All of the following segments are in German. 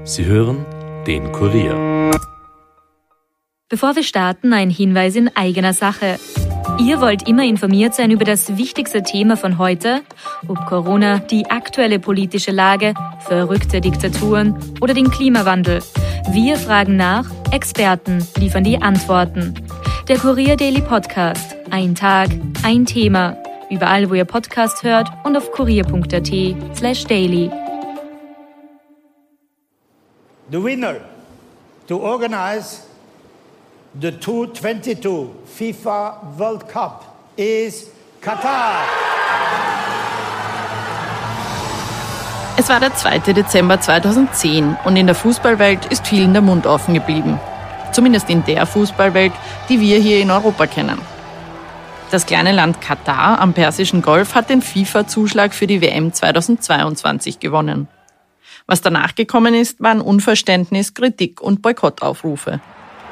Sie hören den Kurier. Bevor wir starten, ein Hinweis in eigener Sache. Ihr wollt immer informiert sein über das wichtigste Thema von heute, ob Corona, die aktuelle politische Lage, verrückte Diktaturen oder den Klimawandel. Wir fragen nach, Experten liefern die Antworten. Der Kurier Daily Podcast. Ein Tag, ein Thema. Überall, wo ihr Podcast hört und auf kurier.at/daily. The winner to organize the 2022 FIFA World Cup is Katar. Es war der 2. Dezember 2010 und in der Fußballwelt ist vielen der Mund offen geblieben. Zumindest in der Fußballwelt, die wir hier in Europa kennen. Das kleine Land Katar am Persischen Golf hat den FIFA-Zuschlag für die WM 2022 gewonnen. Was danach gekommen ist, waren Unverständnis, Kritik und Boykottaufrufe.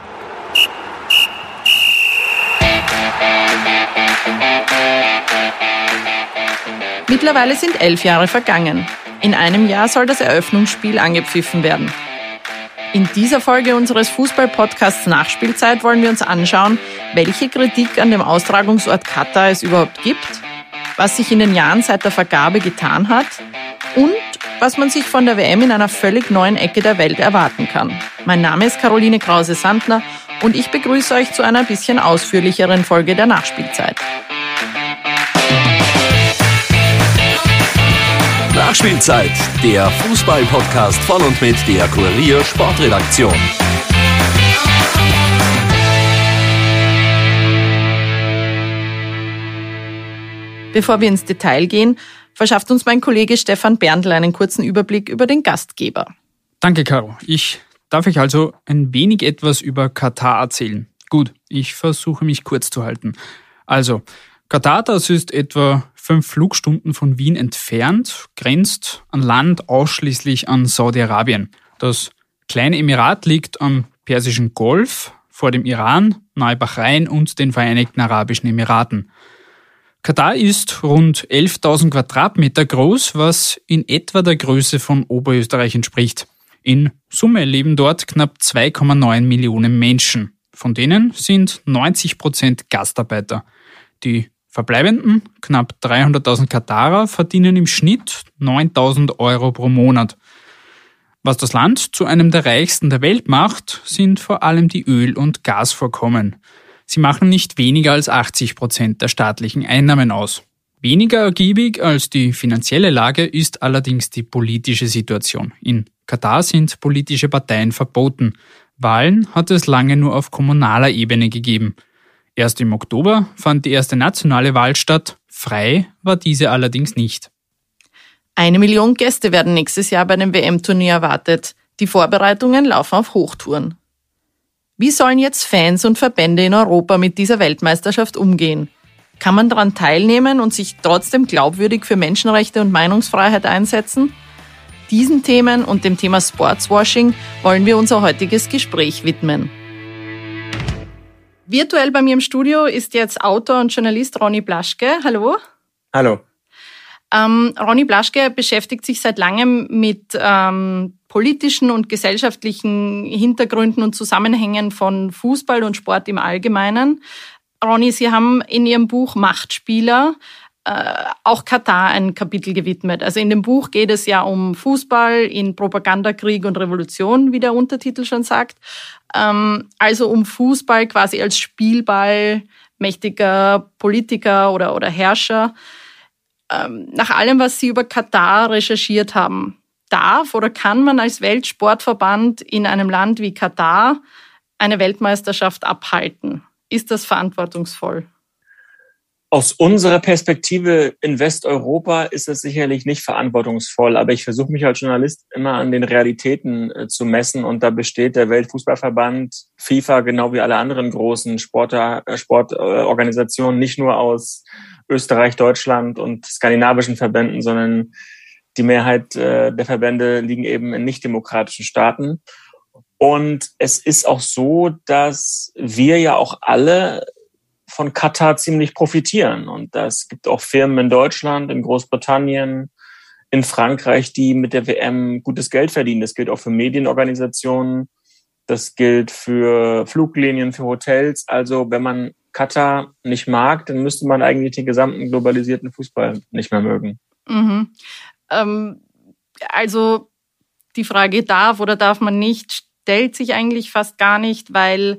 Mittlerweile sind 11 Jahre vergangen. In einem Jahr soll das Eröffnungsspiel angepfiffen werden. In dieser Folge unseres Fußball-Podcasts Nachspielzeit wollen wir uns anschauen, welche Kritik an dem Austragungsort Katar es überhaupt gibt, was sich in den Jahren seit der Vergabe getan hat und was man sich von der WM in einer völlig neuen Ecke der Welt erwarten kann. Mein Name ist Caroline Krause-Sandner und ich begrüße euch zu einer bisschen ausführlicheren Folge der Nachspielzeit. Nachspielzeit, der Fußball-Podcast von und mit der Kurier Sportredaktion. Bevor wir ins Detail gehen, verschafft uns mein Kollege Stefan Berndl einen kurzen Überblick über den Gastgeber. Danke, Caro. Ich darf euch also ein wenig etwas über Katar erzählen. Gut, ich versuche mich kurz zu halten. Also, Katar, das ist etwa 5 Flugstunden von Wien entfernt, grenzt an Land ausschließlich an Saudi-Arabien. Das kleine Emirat liegt am Persischen Golf, vor dem Iran, nahe Bahrain und den Vereinigten Arabischen Emiraten. Katar ist rund 11.000 Quadratmeter groß, was in etwa der Größe von Oberösterreich entspricht. In Summe leben dort knapp 2,9 Millionen Menschen. Von denen sind 90% Gastarbeiter. Die verbleibenden, knapp 300.000 Katarer, verdienen im Schnitt 9.000 Euro pro Monat. Was das Land zu einem der reichsten der Welt macht, sind vor allem die Öl- und Gasvorkommen. Sie machen nicht weniger als 80% der staatlichen Einnahmen aus. Weniger ergiebig als die finanzielle Lage ist allerdings die politische Situation. In Katar sind politische Parteien verboten. Wahlen hat es lange nur auf kommunaler Ebene gegeben. Erst im Oktober fand die erste nationale Wahl statt. Frei war diese allerdings nicht. 1 Million Gäste werden nächstes Jahr bei dem WM-Turnier erwartet. Die Vorbereitungen laufen auf Hochtouren. Wie sollen jetzt Fans und Verbände in Europa mit dieser Weltmeisterschaft umgehen? Kann man daran teilnehmen und sich trotzdem glaubwürdig für Menschenrechte und Meinungsfreiheit einsetzen? Diesen Themen und dem Thema Sportswashing wollen wir unser heutiges Gespräch widmen. Virtuell bei mir im Studio ist jetzt Autor und Journalist Ronny Blaschke. Hallo. Hallo. Ronny Blaschke beschäftigt sich seit langem mit politischen und gesellschaftlichen Hintergründen und Zusammenhängen von Fußball und Sport im Allgemeinen. Ronny, Sie haben in Ihrem Buch Machtspieler auch Katar ein Kapitel gewidmet. Also in dem Buch geht es ja um Fußball in Propaganda, Krieg und Revolution, wie der Untertitel schon sagt. Also um Fußball quasi als Spielball mächtiger Politiker oder Herrscher. Nach allem, was Sie über Katar recherchiert haben, darf oder kann man als Weltsportverband in einem Land wie Katar eine Weltmeisterschaft abhalten? Ist das verantwortungsvoll? Aus unserer Perspektive in Westeuropa ist es sicherlich nicht verantwortungsvoll, aber ich versuche mich als Journalist immer an den Realitäten zu messen und da besteht der Weltfußballverband FIFA genau wie alle anderen großen Sportorganisationen nicht nur aus Österreich, Deutschland und skandinavischen Verbänden, sondern die Mehrheit der Verbände liegen eben in nicht-demokratischen Staaten. Und es ist auch so, dass wir ja auch alle von Katar ziemlich profitieren. Und es gibt auch Firmen in Deutschland, in Großbritannien, in Frankreich, die mit der WM gutes Geld verdienen. Das gilt auch für Medienorganisationen, das gilt für Fluglinien, für Hotels. Also wenn man Katar nicht mag, dann müsste man eigentlich den gesamten globalisierten Fußball nicht mehr mögen. Mhm. Also die Frage darf oder darf man nicht, stellt sich eigentlich fast gar nicht, weil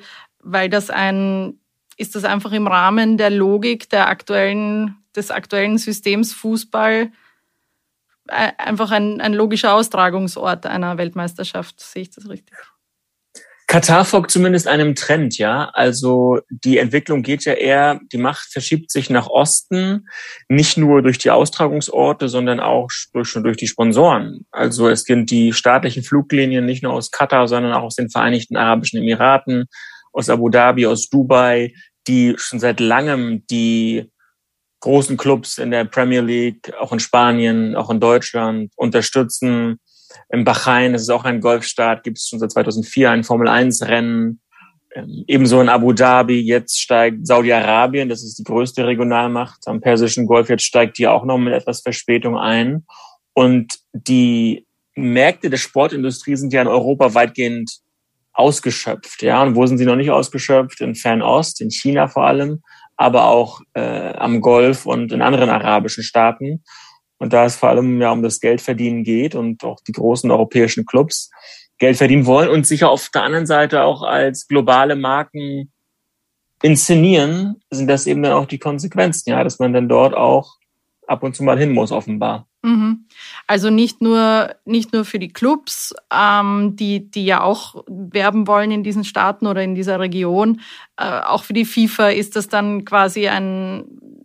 ist das einfach im Rahmen der Logik des aktuellen Systems Fußball einfach ein logischer Austragungsort einer Weltmeisterschaft. Sehe ich das richtig? Katar folgt zumindest einem Trend, ja. Also die Entwicklung geht ja eher, die Macht verschiebt sich nach Osten, nicht nur durch die Austragungsorte, sondern auch durch die Sponsoren. Also es sind die staatlichen Fluglinien nicht nur aus Katar, sondern auch aus den Vereinigten Arabischen Emiraten, aus Abu Dhabi, aus Dubai, die schon seit langem die großen Clubs in der Premier League, auch in Spanien, auch in Deutschland unterstützen. In Bahrain, das ist auch ein Golfstaat, gibt es schon seit 2004 ein Formel-1-Rennen. Ebenso in Abu Dhabi, jetzt steigt Saudi-Arabien, das ist die größte Regionalmacht am Persischen Golf, jetzt steigt die auch noch mit etwas Verspätung ein. Und die Märkte der Sportindustrie sind ja in Europa weitgehend ausgeschöpft. Ja, und wo sind sie noch nicht ausgeschöpft? In Fernost, in China vor allem, aber auch am Golf und in anderen arabischen Staaten. Und da es vor allem ja um das Geldverdienen geht und auch die großen europäischen Clubs Geld verdienen wollen und sich auf der anderen Seite auch als globale Marken inszenieren, sind das eben dann auch die Konsequenzen, ja, dass man dann dort auch ab und zu mal hin muss, offenbar. Also nicht nur für die Clubs, die ja auch werben wollen in diesen Staaten oder in dieser Region, auch für die FIFA ist das dann quasi ein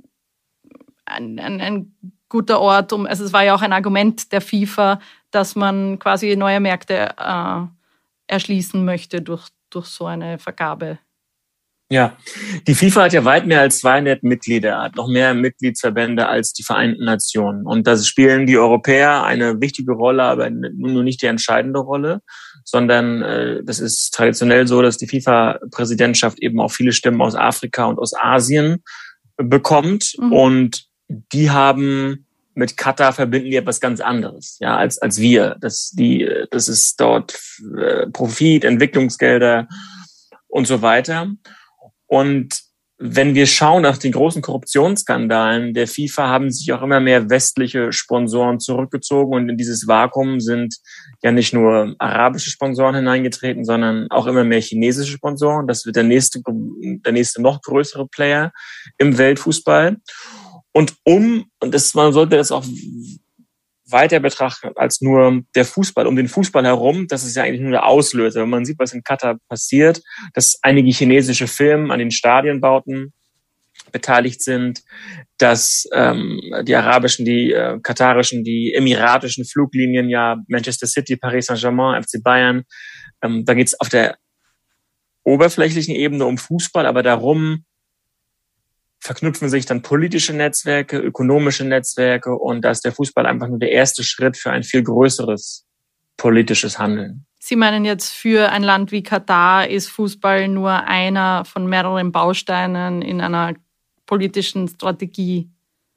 guter Ort, also es war ja auch ein Argument der FIFA, dass man quasi neue Märkte erschließen möchte durch so eine Vergabe. Ja, die FIFA hat ja weit mehr als 200 Mitglieder, hat noch mehr Mitgliedsverbände als die Vereinten Nationen. Und da spielen die Europäer eine wichtige Rolle, aber nur nicht die entscheidende Rolle, sondern das ist traditionell so, dass die FIFA-Präsidentschaft eben auch viele Stimmen aus Afrika und aus Asien bekommt. Und die haben mit Katar verbinden die etwas ganz anderes, ja, als wir. Das ist dort Profit, Entwicklungsgelder und so weiter. Und wenn wir schauen nach den großen Korruptionsskandalen der FIFA, haben sich auch immer mehr westliche Sponsoren zurückgezogen und in dieses Vakuum sind ja nicht nur arabische Sponsoren hineingetreten, sondern auch immer mehr chinesische Sponsoren. Das wird der nächste noch größere Player im Weltfußball. Und man sollte das auch weiter betrachten als nur der Fußball. Um den Fußball herum, das ist ja eigentlich nur der Auslöser. Wenn man sieht, was in Katar passiert, dass einige chinesische Firmen an den Stadionbauten beteiligt sind, dass die arabischen, die katarischen, die emiratischen Fluglinien, ja Manchester City, Paris Saint-Germain, FC Bayern, da geht es auf der oberflächlichen Ebene um Fußball, aber darum verknüpfen sich dann politische Netzwerke, ökonomische Netzwerke und da ist der Fußball einfach nur der erste Schritt für ein viel größeres politisches Handeln. Sie meinen jetzt, für ein Land wie Katar ist Fußball nur einer von mehreren Bausteinen in einer politischen Strategie?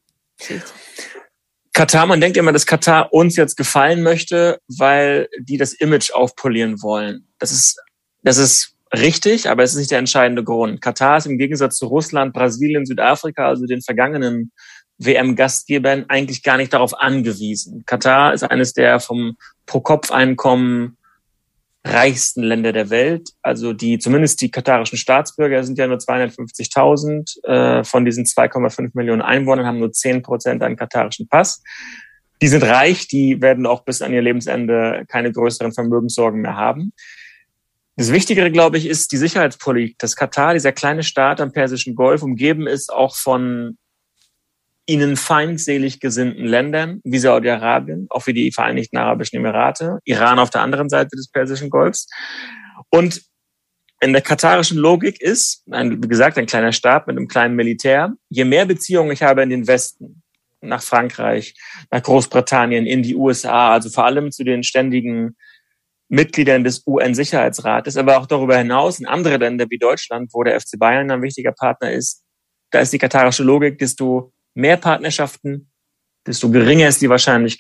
Katar, man denkt immer, dass Katar uns jetzt gefallen möchte, weil die das Image aufpolieren wollen. Das ist richtig, aber es ist nicht der entscheidende Grund. Katar ist im Gegensatz zu Russland, Brasilien, Südafrika, also den vergangenen WM-Gastgebern, eigentlich gar nicht darauf angewiesen. Katar ist eines der vom Pro-Kopf-Einkommen reichsten Länder der Welt. Also zumindest die katarischen Staatsbürger sind ja nur 250.000. Von diesen 2,5 Millionen Einwohnern haben nur 10% einen katarischen Pass. Die sind reich, die werden auch bis an ihr Lebensende keine größeren Vermögenssorgen mehr haben. Das Wichtigere, glaube ich, ist die Sicherheitspolitik. Dass Katar, dieser kleine Staat am Persischen Golf, umgeben ist auch von ihnen feindselig gesinnten Ländern, wie Saudi-Arabien, auch wie die Vereinigten Arabischen Emirate, Iran auf der anderen Seite des Persischen Golfs. Und in der katarischen Logik ist, wie gesagt, ein kleiner Staat mit einem kleinen Militär, je mehr Beziehungen ich habe in den Westen, nach Frankreich, nach Großbritannien, in die USA, also vor allem zu den ständigen Mitgliedern des UN-Sicherheitsrates, aber auch darüber hinaus in andere Länder wie Deutschland, wo der FC Bayern ein wichtiger Partner ist, da ist die katarische Logik, desto mehr Partnerschaften, desto geringer ist die Wahrscheinlichkeit,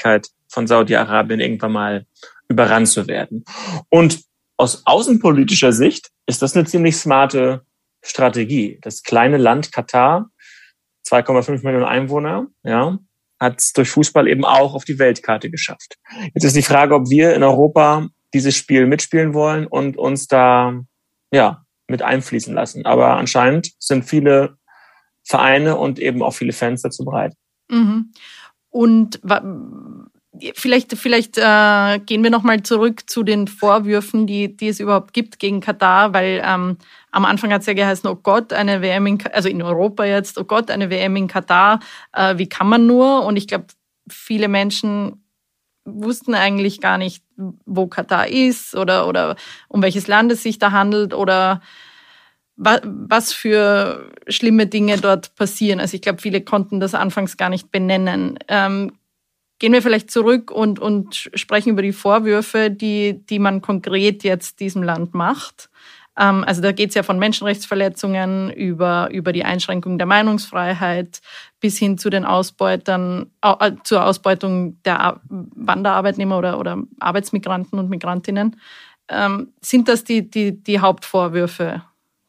von Saudi-Arabien irgendwann mal überrannt zu werden. Und aus außenpolitischer Sicht ist das eine ziemlich smarte Strategie. Das kleine Land Katar, 2,5 Millionen Einwohner, ja, hat es durch Fußball eben auch auf die Weltkarte geschafft. Jetzt ist die Frage, ob wir in Europa dieses Spiel mitspielen wollen und uns da mit einfließen lassen. Aber anscheinend sind viele Vereine und eben auch viele Fans dazu bereit. Mhm. Und vielleicht gehen wir nochmal zurück zu den Vorwürfen, die es überhaupt gibt gegen Katar, weil am Anfang hat es ja geheißen, oh Gott, eine WM also in Europa jetzt, oh Gott, eine WM in Katar, wie kann man nur? Und ich glaube, viele Menschen wussten eigentlich gar nicht, wo Katar ist oder um welches Land es sich da handelt oder was für schlimme Dinge dort passieren. Also ich glaube, viele konnten das anfangs gar nicht benennen. Gehen wir vielleicht zurück und sprechen über die Vorwürfe, die man konkret jetzt diesem Land macht. Also da geht es ja von Menschenrechtsverletzungen über die Einschränkung der Meinungsfreiheit bis hin zu den zur Ausbeutung der Wanderarbeitnehmer oder Arbeitsmigranten und Migrantinnen. Sind das die Hauptvorwürfe?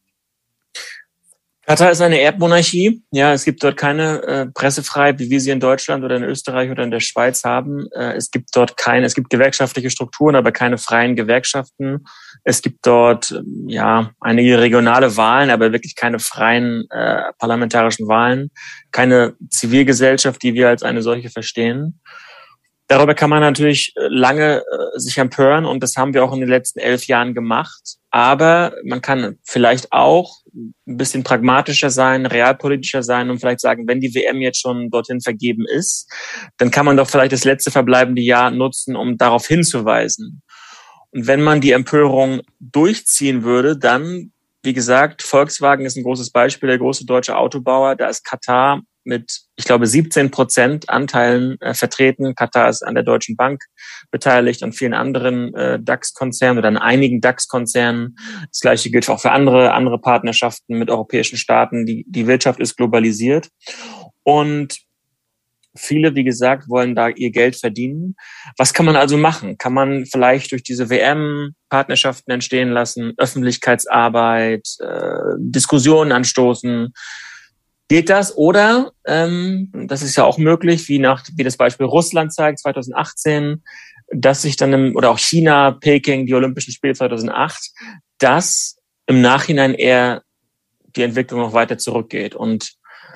Katar ist eine Erbmonarchie. Ja, es gibt dort keine Pressefreiheit, wie wir sie in Deutschland oder in Österreich oder in der Schweiz haben. Es gibt gewerkschaftliche Strukturen, aber keine freien Gewerkschaften. Es gibt dort einige regionale Wahlen, aber wirklich keine freien parlamentarischen Wahlen. Keine Zivilgesellschaft, die wir als eine solche verstehen. Darüber kann man natürlich lange sich empören und das haben wir auch in den letzten 11 Jahren gemacht. Aber man kann vielleicht auch ein bisschen pragmatischer sein, realpolitischer sein und vielleicht sagen, wenn die WM jetzt schon dorthin vergeben ist, dann kann man doch vielleicht das letzte verbleibende Jahr nutzen, um darauf hinzuweisen. Und wenn man die Empörung durchziehen würde, dann, wie gesagt, Volkswagen ist ein großes Beispiel, der große deutsche Autobauer, da ist Katar mit, ich glaube, 17% Anteilen vertreten. Katar ist an der Deutschen Bank beteiligt und vielen anderen DAX-Konzernen oder an einigen DAX-Konzernen. Das Gleiche gilt auch für andere Partnerschaften mit europäischen Staaten. Die Wirtschaft ist globalisiert und viele, wie gesagt, wollen da ihr Geld verdienen. Was kann man also machen? Kann man vielleicht durch diese WM Partnerschaften entstehen lassen, Öffentlichkeitsarbeit, Diskussionen anstoßen? Geht das? Oder, das ist ja auch möglich, wie das Beispiel Russland zeigt, 2018, dass sich dann oder auch China, Peking, die Olympischen Spiele 2008, dass im Nachhinein eher die Entwicklung noch weiter zurückgeht. Und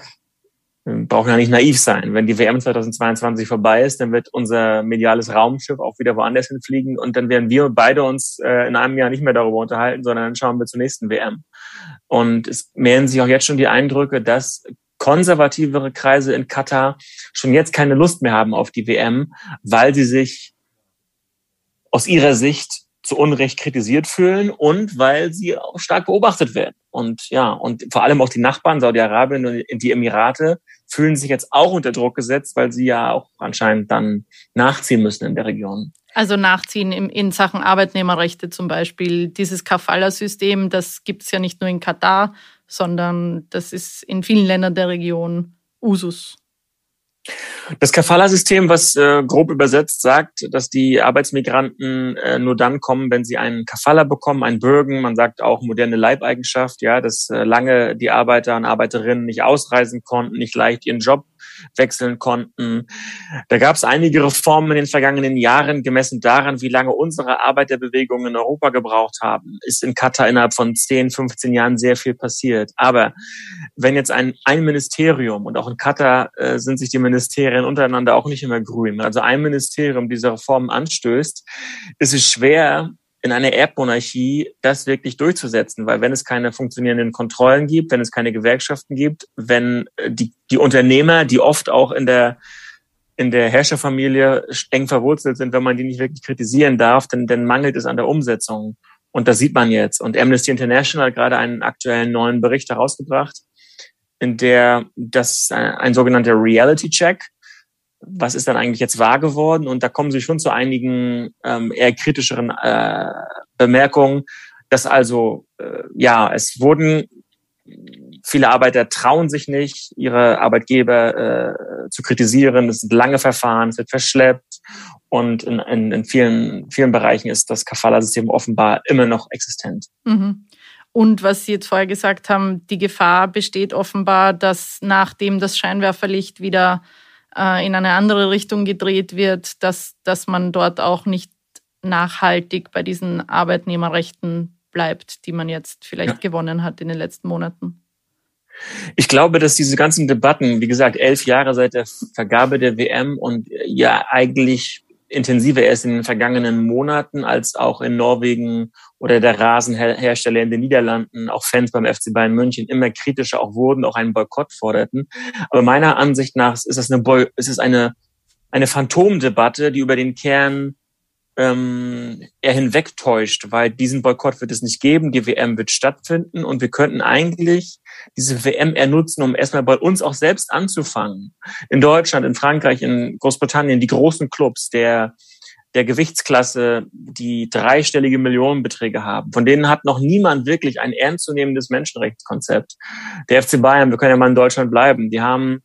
wir brauchen ja nicht naiv sein. Wenn die WM 2022 vorbei ist, dann wird unser mediales Raumschiff auch wieder woanders hinfliegen und dann werden wir beide uns in einem Jahr nicht mehr darüber unterhalten, sondern dann schauen wir zur nächsten WM. Und es mehren sich auch jetzt schon die Eindrücke, dass konservativere Kreise in Katar schon jetzt keine Lust mehr haben auf die WM, weil sie sich aus ihrer Sicht zu Unrecht kritisiert fühlen und weil sie auch stark beobachtet werden. Und vor allem auch die Nachbarn, Saudi-Arabien und die Emirate, fühlen sich jetzt auch unter Druck gesetzt, weil sie ja auch anscheinend dann nachziehen müssen in der Region. Also nachziehen in Sachen Arbeitnehmerrechte zum Beispiel. Dieses Kafala-System, das gibt es ja nicht nur in Katar, sondern das ist in vielen Ländern der Region Usus. Das Kafala-System, was grob übersetzt sagt, dass die Arbeitsmigranten nur dann kommen, wenn sie einen Kafala bekommen, einen Bürgen, man sagt auch moderne Leibeigenschaft, ja, dass lange die Arbeiter und Arbeiterinnen nicht ausreisen konnten, nicht leicht ihren Job wechseln konnten. Da gab es einige Reformen in den vergangenen Jahren, gemessen daran, wie lange unsere Arbeiterbewegungen in Europa gebraucht haben. Ist in Katar innerhalb von 10, 15 Jahren sehr viel passiert. Aber wenn jetzt ein Ministerium, und auch in Katar sind sich die Ministerien untereinander auch nicht immer grün, also ein Ministerium diese Reformen anstößt, ist es schwer, in einer Erbmonarchie das wirklich durchzusetzen, weil wenn es keine funktionierenden Kontrollen gibt, wenn es keine Gewerkschaften gibt, wenn die Unternehmer, die oft auch in der Herrscherfamilie eng verwurzelt sind, wenn man die nicht wirklich kritisieren darf, dann mangelt es an der Umsetzung. Und das sieht man jetzt. Und Amnesty International hat gerade einen aktuellen neuen Bericht herausgebracht, in der das ein sogenannter Reality-Check, was ist dann eigentlich jetzt wahr geworden? Und da kommen sie schon zu einigen eher kritischeren Bemerkungen, dass also es wurden Viele Arbeiter trauen sich nicht, ihre Arbeitgeber zu kritisieren. Es sind lange Verfahren, es wird verschleppt. Und in vielen Bereichen ist das Kafala-System offenbar immer noch existent. Mhm. Und was Sie jetzt vorher gesagt haben, die Gefahr besteht offenbar, dass nachdem das Scheinwerferlicht wieder in eine andere Richtung gedreht wird, dass man dort auch nicht nachhaltig bei diesen Arbeitnehmerrechten bleibt, die man jetzt vielleicht gewonnen hat in den letzten Monaten. Ich glaube, dass diese ganzen Debatten, wie gesagt, 11 Jahre seit der Vergabe der WM und ja eigentlich intensiver erst in den vergangenen Monaten, als auch in Norwegen oder der Rasenhersteller in den Niederlanden, auch Fans beim FC Bayern München immer kritischer auch wurden, auch einen Boykott forderten. Aber meiner Ansicht nach ist es eine Phantomdebatte, die über den Kern eher hinwegtäuscht, weil diesen Boykott wird es nicht geben, die WM wird stattfinden und wir könnten eigentlich diese WM eher nutzen, um erstmal bei uns auch selbst anzufangen. In Deutschland, in Frankreich, in Großbritannien, die großen Clubs der Gewichtsklasse, die dreistellige Millionenbeträge haben, von denen hat noch niemand wirklich ein ernstzunehmendes Menschenrechtskonzept. Der FC Bayern, wir können ja mal in Deutschland bleiben, die haben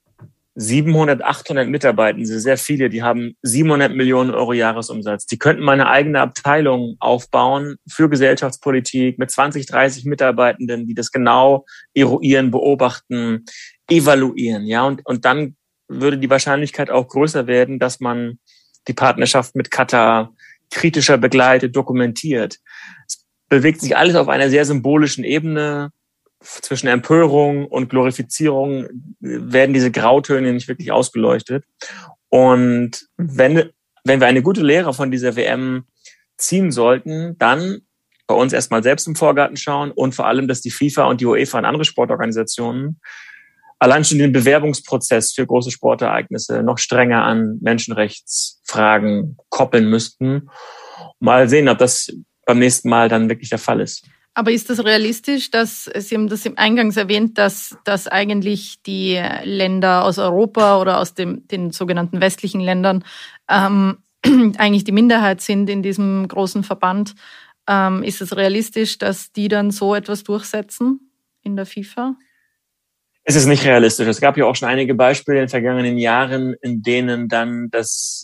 700, 800 Mitarbeitende, sehr viele, die haben 700 Millionen Euro Jahresumsatz. Die könnten mal eine eigene Abteilung aufbauen für Gesellschaftspolitik mit 20, 30 Mitarbeitenden, die das genau eruieren, beobachten, evaluieren. Ja, und dann würde die Wahrscheinlichkeit auch größer werden, dass man die Partnerschaft mit Katar kritischer begleitet, dokumentiert. Es bewegt sich alles auf einer sehr symbolischen Ebene. Zwischen Empörung und Glorifizierung werden diese Grautöne nicht wirklich ausgeleuchtet. Und wenn wir eine gute Lehre von dieser WM ziehen sollten, dann bei uns erstmal selbst im Vorgarten schauen und vor allem, dass die FIFA und die UEFA und andere Sportorganisationen allein schon den Bewerbungsprozess für große Sportereignisse noch strenger an Menschenrechtsfragen koppeln müssten. Mal sehen, ob das beim nächsten Mal dann wirklich der Fall ist. Aber ist das realistisch, dass Sie haben das im Eingangs erwähnt, dass eigentlich die Länder aus Europa oder aus den sogenannten westlichen Ländern eigentlich die Minderheit sind in diesem großen Verband? Ist es realistisch, dass die dann so etwas durchsetzen in der FIFA? Es ist nicht realistisch. Es gab ja auch schon einige Beispiele in den vergangenen Jahren, in denen dann das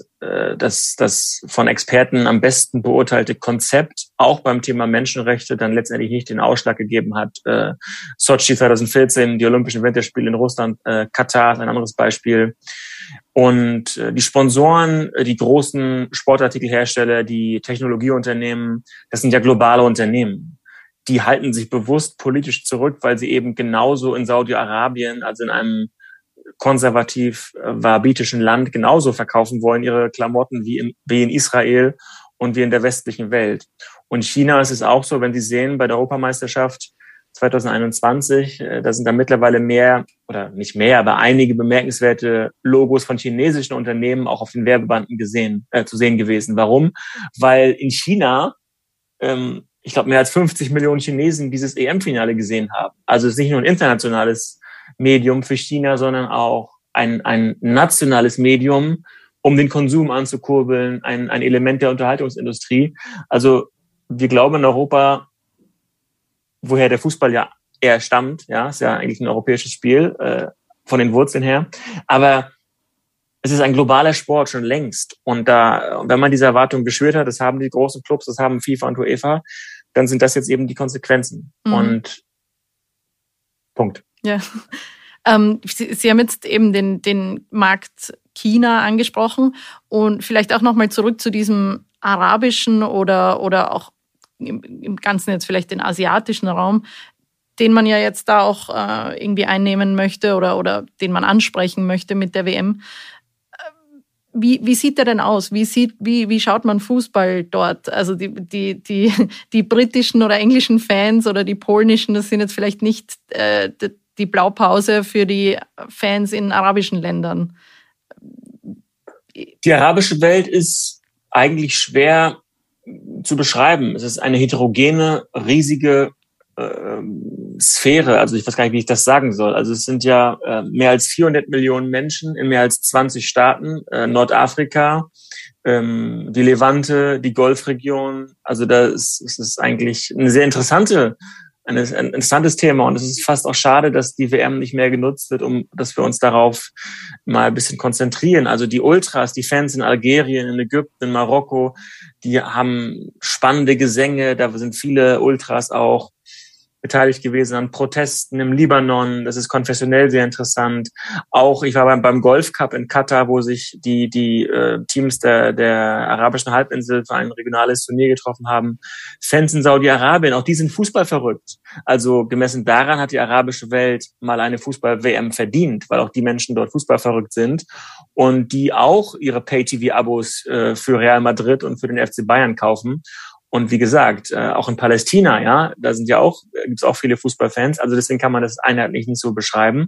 von Experten am besten beurteilte Konzept auch beim Thema Menschenrechte dann letztendlich nicht den Ausschlag gegeben hat. Sochi 2014, die Olympischen Winterspiele in Russland, Katar ist ein anderes Beispiel. Und die Sponsoren, die großen Sportartikelhersteller, die Technologieunternehmen, das sind ja globale Unternehmen. Die halten sich bewusst politisch zurück, weil sie eben genauso in Saudi-Arabien, also in einem konservativ-wahhabitischen Land, genauso verkaufen wollen, ihre Klamotten wie in Israel und wie in der westlichen Welt. Und China ist es auch so, wenn Sie sehen, bei der Europameisterschaft 2021, da sind da mittlerweile mehr, oder nicht mehr, aber einige bemerkenswerte Logos von chinesischen Unternehmen auch auf den Werbebanden zu sehen gewesen. Warum? Weil in China ich glaube, mehr als 50 Millionen Chinesen dieses EM-Finale gesehen haben. Also es ist nicht nur ein internationales Medium für China, sondern auch ein nationales Medium, um den Konsum anzukurbeln, ein Element der Unterhaltungsindustrie. Also wir glauben in Europa, woher der Fußball ja eher stammt, ja, ist ja eigentlich ein europäisches Spiel von den Wurzeln her, aber es ist ein globaler Sport schon längst. Und wenn man diese Erwartung geschürt hat, das haben die großen Clubs, das haben FIFA und UEFA, dann sind das jetzt eben die Konsequenzen. Und Punkt. Ja. Sie haben jetzt eben den Markt China angesprochen und vielleicht auch nochmal zurück zu diesem arabischen oder auch im Ganzen jetzt vielleicht den asiatischen Raum, den man ja jetzt da auch irgendwie einnehmen möchte oder den man ansprechen möchte mit der WM. Wie sieht der denn aus? Wie schaut man Fußball dort? Also die britischen oder englischen Fans oder die polnischen, das sind jetzt vielleicht nicht die Blaupause für die Fans in arabischen Ländern. Die arabische Welt ist eigentlich schwer zu beschreiben. Es ist eine heterogene, riesige Sphäre, also ich weiß gar nicht, wie ich das sagen soll. Also es sind ja mehr als 400 Millionen Menschen in mehr als 20 Staaten, Nordafrika, die Levante, die Golfregion. Also es ist eigentlich eine sehr interessante ein interessantes Thema und es ist fast auch schade, dass die WM nicht mehr genutzt wird, dass wir uns darauf mal ein bisschen konzentrieren. Also die Ultras, die Fans in Algerien, in Ägypten, in Marokko, die haben spannende Gesänge, da sind viele Ultras auch beteiligt gewesen an Protesten im Libanon. Das ist konfessionell sehr interessant. Auch ich war beim Golf Cup in Katar, wo sich die Teams der arabischen Halbinsel für ein regionales Turnier getroffen haben. Fans in Saudi-Arabien, auch die sind Fußball verrückt. Also gemessen daran hat die arabische Welt mal eine Fußball-WM verdient, weil auch die Menschen dort Fußball verrückt sind und die auch ihre Pay-TV-Abos für Real Madrid und für den FC Bayern kaufen. Und wie gesagt, auch in Palästina, ja, da gibt's auch viele Fußballfans. Also deswegen kann man das einheitlich nicht so beschreiben.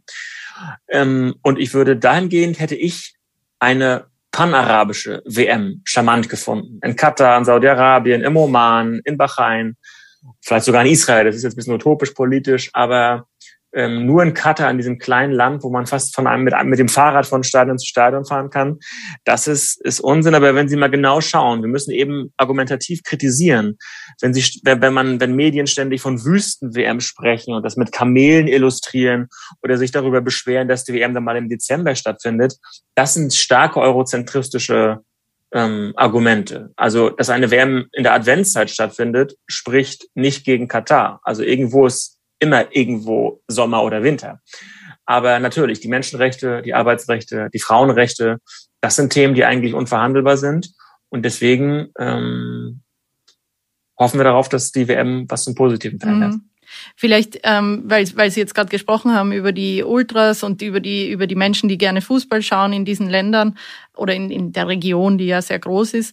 Und ich würde dahingehend hätte ich eine panarabische WM charmant gefunden. In Katar, in Saudi-Arabien, im Oman, in Bahrain, vielleicht sogar in Israel. Das ist jetzt ein bisschen utopisch politisch, aber nur in Katar, in diesem kleinen Land, wo man fast mit dem Fahrrad von Stadion zu Stadion fahren kann, das ist Unsinn. Aber wenn Sie mal genau schauen, wir müssen eben argumentativ kritisieren, wenn Medien ständig von Wüsten-WM sprechen und das mit Kamelen illustrieren oder sich darüber beschweren, dass die WM dann mal im Dezember stattfindet, das sind starke eurozentristische Argumente. Also, dass eine WM in der Adventszeit stattfindet, spricht nicht gegen Katar. Also irgendwo ist immer irgendwo Sommer oder Winter. Aber natürlich, die Menschenrechte, die Arbeitsrechte, die Frauenrechte, das sind Themen, die eigentlich unverhandelbar sind. Und deswegen hoffen wir darauf, dass die WM was zum Positiven verändert. Vielleicht, weil Sie jetzt gerade gesprochen haben über die Ultras und über die Menschen, die gerne Fußball schauen in diesen Ländern oder in der Region, die ja sehr groß ist.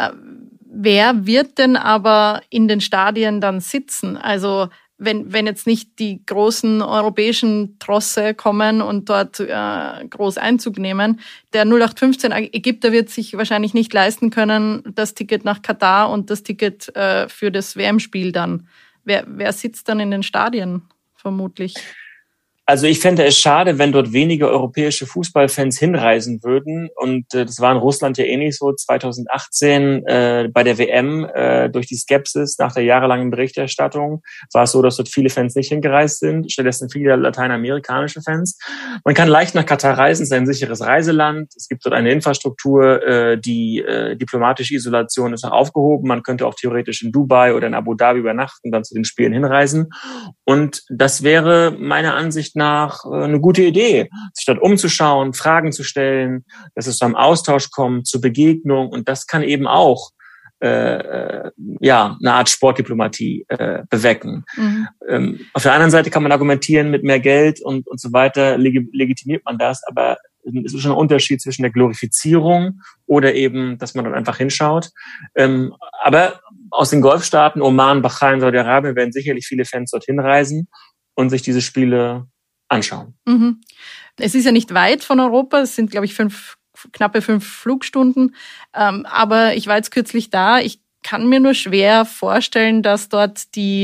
Wer wird denn aber in den Stadien dann sitzen? Also wenn jetzt nicht die großen europäischen Trosse kommen und dort groß Einzug nehmen, der 0815 Ägypter wird sich wahrscheinlich nicht leisten können, das Ticket nach Katar und das Ticket für das WM-Spiel dann. Wer sitzt dann in den Stadien vermutlich? Also ich fände es schade, wenn dort wenige europäische Fußballfans hinreisen würden. Und das war in Russland ja ähnlich so 2018 bei der WM. Durch die Skepsis nach der jahrelangen Berichterstattung war es so, dass dort viele Fans nicht hingereist sind. Stattdessen viele lateinamerikanische Fans. Man kann leicht nach Katar reisen, es ist ein sicheres Reiseland. Es gibt dort eine Infrastruktur, die diplomatische Isolation ist auch aufgehoben. Man könnte auch theoretisch in Dubai oder in Abu Dhabi übernachten und dann zu den Spielen hinreisen. Und das wäre meiner Ansicht nach eine gute Idee, sich dort umzuschauen, Fragen zu stellen, dass es zu einem Austausch kommt, zur Begegnung und das kann eben auch eine Art Sportdiplomatie bewecken. Auf der anderen Seite kann man argumentieren, mit mehr Geld und so weiter legitimiert man das, aber es ist schon ein Unterschied zwischen der Glorifizierung oder eben, dass man dann einfach hinschaut. Aber aus den Golfstaaten, Oman, Bahrain, Saudi-Arabien werden sicherlich viele Fans dorthin reisen und sich diese Spiele anschauen. Es ist ja nicht weit von Europa, es sind, glaube ich, knappe 5 Flugstunden. Aber ich war jetzt kürzlich da, ich kann mir nur schwer vorstellen, dass dort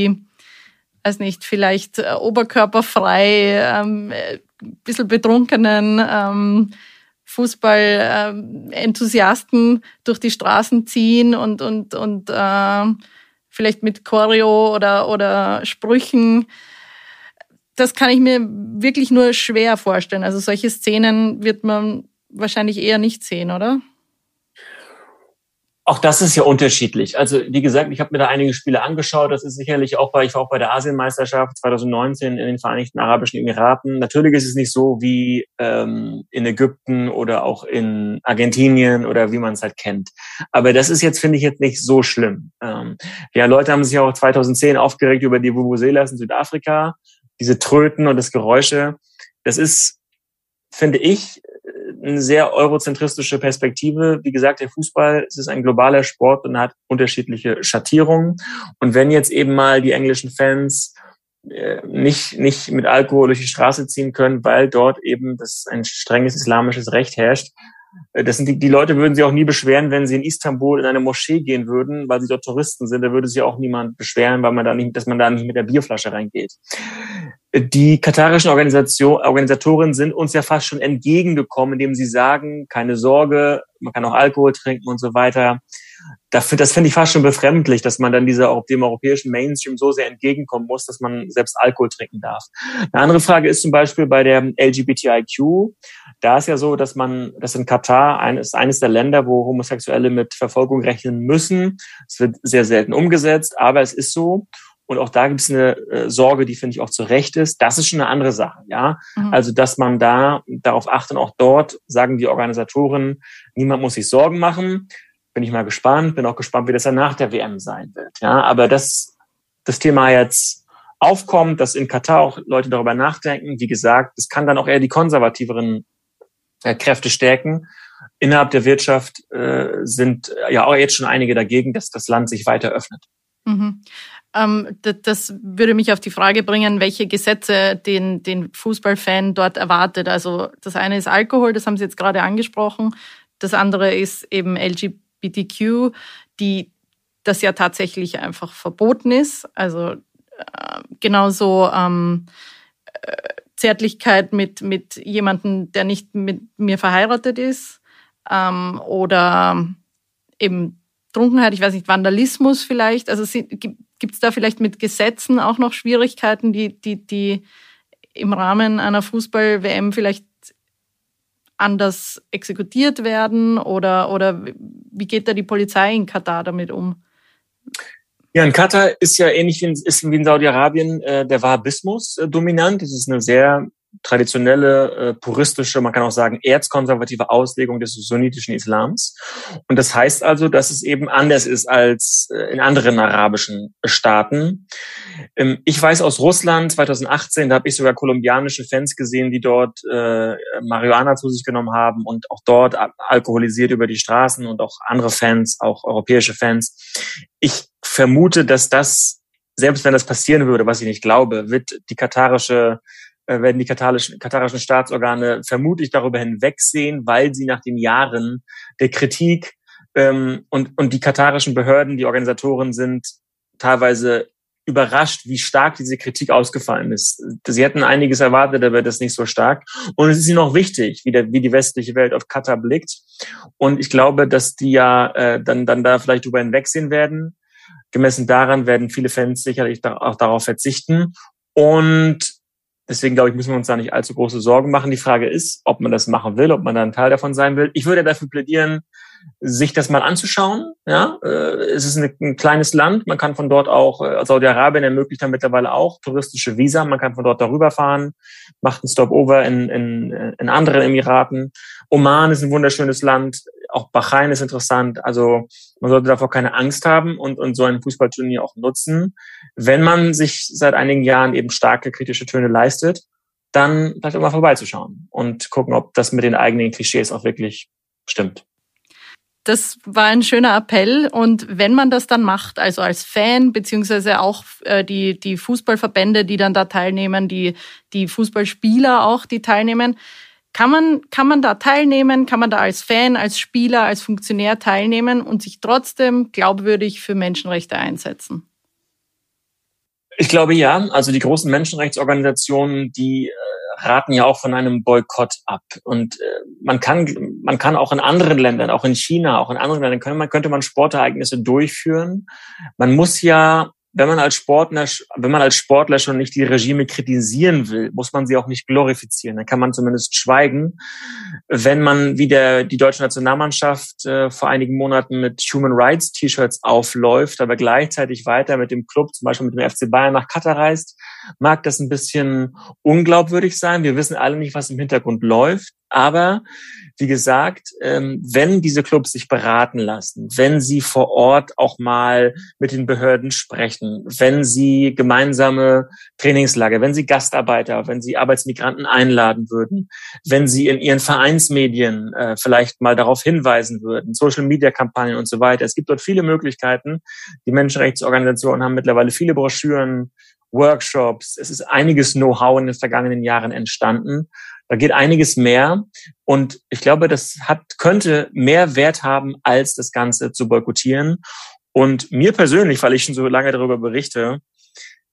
vielleicht oberkörperfrei, bisschen betrunkenen Fußball-Enthusiasten durch die Straßen ziehen und vielleicht mit Choreo oder Sprüchen. Das kann ich mir wirklich nur schwer vorstellen. Also solche Szenen wird man wahrscheinlich eher nicht sehen, oder? Auch das ist ja unterschiedlich. Also wie gesagt, ich habe mir da einige Spiele angeschaut. Das ist sicherlich ich war auch bei der Asienmeisterschaft 2019 in den Vereinigten Arabischen Emiraten. Natürlich ist es nicht so wie in Ägypten oder auch in Argentinien oder wie man es halt kennt. Aber das ist jetzt, finde ich, jetzt nicht so schlimm. Leute haben sich auch 2010 aufgeregt über die Vuvuzelas in Südafrika. Diese Tröten und das Geräusche, das ist, finde ich, eine sehr eurozentristische Perspektive. Wie gesagt, der Fußball, es ist ein globaler Sport und hat unterschiedliche Schattierungen. Und wenn jetzt eben mal die englischen Fans nicht mit Alkohol durch die Straße ziehen können, weil dort eben ein strenges islamisches Recht herrscht, das sind die Leute würden sich auch nie beschweren, wenn sie in Istanbul in eine Moschee gehen würden, weil sie dort Touristen sind. Da würde sich auch niemand beschweren, dass man da nicht mit der Bierflasche reingeht. Die katarischen Organisatoren sind uns ja fast schon entgegengekommen, indem sie sagen, keine Sorge, man kann auch Alkohol trinken und so weiter. Das finde ich fast schon befremdlich, dass man dann dem europäischen Mainstream so sehr entgegenkommen muss, dass man selbst Alkohol trinken darf. Eine andere Frage ist zum Beispiel bei der LGBTIQ. Da ist ja so, dass in Katar eines der Länder, wo Homosexuelle mit Verfolgung rechnen müssen. Es wird sehr selten umgesetzt, aber es ist so. Und auch da gibt es eine Sorge, die, finde ich, auch zu Recht ist. Das ist schon eine andere Sache, ja. Also, dass man da darauf achtet, und auch dort sagen die Organisatoren, niemand muss sich Sorgen machen. Bin ich mal gespannt. Bin auch gespannt, wie das dann nach der WM sein wird, ja. Aber das Thema jetzt aufkommt, dass in Katar auch Leute darüber nachdenken. Wie gesagt, das kann dann auch eher die konservativeren Kräfte stärken. Innerhalb der Wirtschaft sind ja auch jetzt schon einige dagegen, dass das Land sich weiter öffnet. Mhm. Das würde mich auf die Frage bringen, welche Gesetze den Fußballfan dort erwartet. Also das eine ist Alkohol, das haben Sie jetzt gerade angesprochen. Das andere ist eben LGBTQ, das ja tatsächlich einfach verboten ist. Also genauso Zärtlichkeit mit jemandem, der nicht mit mir verheiratet ist, oder eben Trunkenheit, ich weiß nicht, Vandalismus vielleicht. Also gibt es da vielleicht mit Gesetzen auch noch Schwierigkeiten, die im Rahmen einer Fußball-WM vielleicht anders exekutiert werden? Oder wie geht da die Polizei in Katar damit um? Ja, in Katar ist ja ähnlich wie in Saudi-Arabien der Wahhabismus dominant. Das ist eine sehr traditionelle, puristische, man kann auch sagen erzkonservative Auslegung des sunnitischen Islams. Und das heißt also, dass es eben anders ist als in anderen arabischen Staaten. Ich weiß aus Russland 2018, da habe ich sogar kolumbianische Fans gesehen, die dort Marihuana zu sich genommen haben und auch dort alkoholisiert über die Straßen, und auch andere Fans, auch europäische Fans. Ich vermute, dass das, selbst wenn das passieren würde, was ich nicht glaube, werden die katarischen Staatsorgane vermutlich darüber hinwegsehen, weil sie nach den Jahren der Kritik und die katarischen Behörden, die Organisatoren sind teilweise überrascht, wie stark diese Kritik ausgefallen ist. Sie hätten einiges erwartet, aber das nicht so stark. Und es ist ihnen auch wichtig, wie die westliche Welt auf Katar blickt. Und ich glaube, dass die ja dann da vielleicht drüber hinwegsehen werden. Gemessen daran werden viele Fans sicherlich auch darauf verzichten. Und deswegen, glaube ich, müssen wir uns da nicht allzu große Sorgen machen. Die Frage ist, ob man das machen will, ob man da ein Teil davon sein will. Ich würde dafür plädieren, sich das mal anzuschauen. Ja, es ist ein kleines Land. Man kann von dort auch, Saudi-Arabien ermöglicht dann mittlerweile auch touristische Visa. Man kann von dort darüber fahren, macht einen Stopover in anderen Emiraten. Oman ist ein wunderschönes Land. Auch Bahrain ist interessant. Also man sollte davor keine Angst haben und so ein Fußballturnier auch nutzen. Wenn man sich seit einigen Jahren eben starke kritische Töne leistet, dann vielleicht auch mal vorbeizuschauen und gucken, ob das mit den eigenen Klischees auch wirklich stimmt. Das war ein schöner Appell. Und wenn man das dann macht, also als Fan, beziehungsweise auch die Fußballverbände, die dann da teilnehmen, die Fußballspieler auch, die teilnehmen, kann man da teilnehmen? Kann man da als Fan, als Spieler, als Funktionär teilnehmen und sich trotzdem glaubwürdig für Menschenrechte einsetzen? Ich glaube ja. Also die großen Menschenrechtsorganisationen, die raten ja auch von einem Boykott ab. Und man kann auch in anderen Ländern, auch in China, auch in anderen Ländern könnte man Sportereignisse durchführen. Man muss ja, wenn man als Sportler schon nicht die Regime kritisieren will, muss man sie auch nicht glorifizieren. Dann kann man zumindest schweigen. Wenn man wie die deutsche Nationalmannschaft vor einigen Monaten mit Human Rights T-Shirts aufläuft, aber gleichzeitig weiter mit dem Club, zum Beispiel mit dem FC Bayern nach Katar reist, mag das ein bisschen unglaubwürdig sein. Wir wissen alle nicht, was im Hintergrund läuft. Aber wie gesagt, wenn diese Clubs sich beraten lassen, wenn sie vor Ort auch mal mit den Behörden sprechen, wenn sie gemeinsame Trainingslager, wenn sie Gastarbeiter, wenn sie Arbeitsmigranten einladen würden, wenn sie in ihren Vereinsmedien vielleicht mal darauf hinweisen würden, Social-Media-Kampagnen und so weiter. Es gibt dort viele Möglichkeiten. Die Menschenrechtsorganisationen haben mittlerweile viele Broschüren, Workshops. Es ist einiges Know-how in den vergangenen Jahren entstanden. Da geht einiges mehr. Und ich glaube, das könnte mehr Wert haben, als das Ganze zu boykottieren. Und mir persönlich, weil ich schon so lange darüber berichte,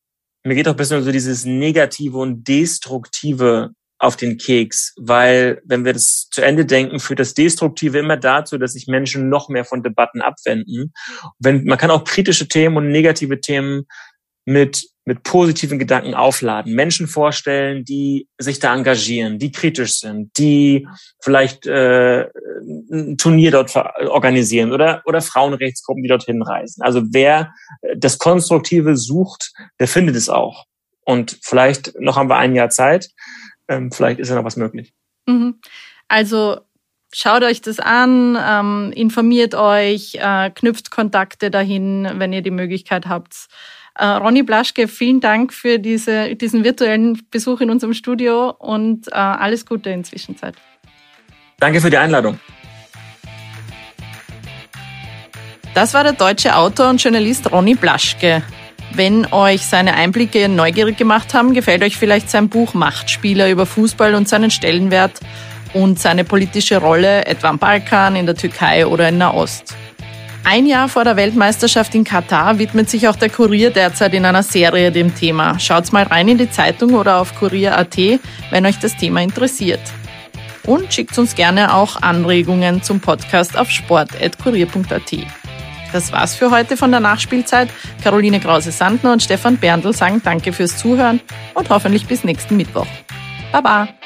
mir geht auch ein bisschen so dieses Negative und Destruktive auf den Keks, weil wenn wir das zu Ende denken, führt das Destruktive immer dazu, dass sich Menschen noch mehr von Debatten abwenden. Man kann auch kritische Themen und negative Themen mit positiven Gedanken aufladen, Menschen vorstellen, die sich da engagieren, die kritisch sind, die vielleicht ein Turnier dort organisieren oder Frauenrechtsgruppen, die dorthin reisen. Also wer das Konstruktive sucht, der findet es auch. Und vielleicht noch haben wir ein Jahr Zeit, vielleicht ist ja noch was möglich. Also schaut euch das an, informiert euch, knüpft Kontakte dahin, wenn ihr die Möglichkeit habt. Ronny Blaschke, vielen Dank für diesen virtuellen Besuch in unserem Studio und alles Gute in der Zwischenzeit. Danke für die Einladung. Das war der deutsche Autor und Journalist Ronny Blaschke. Wenn euch seine Einblicke neugierig gemacht haben, gefällt euch vielleicht sein Buch Machtspieler über Fußball und seinen Stellenwert und seine politische Rolle etwa am Balkan, in der Türkei oder in Nahost. Ein Jahr vor der Weltmeisterschaft in Katar widmet sich auch der Kurier derzeit in einer Serie dem Thema. Schaut's mal rein in die Zeitung oder auf kurier.at, wenn euch das Thema interessiert. Und schickt uns gerne auch Anregungen zum Podcast auf sport@kurier.at. Das war's für heute von der Nachspielzeit. Caroline Krause-Sandner und Stefan Berndl sagen Danke fürs Zuhören und hoffentlich bis nächsten Mittwoch. Baba!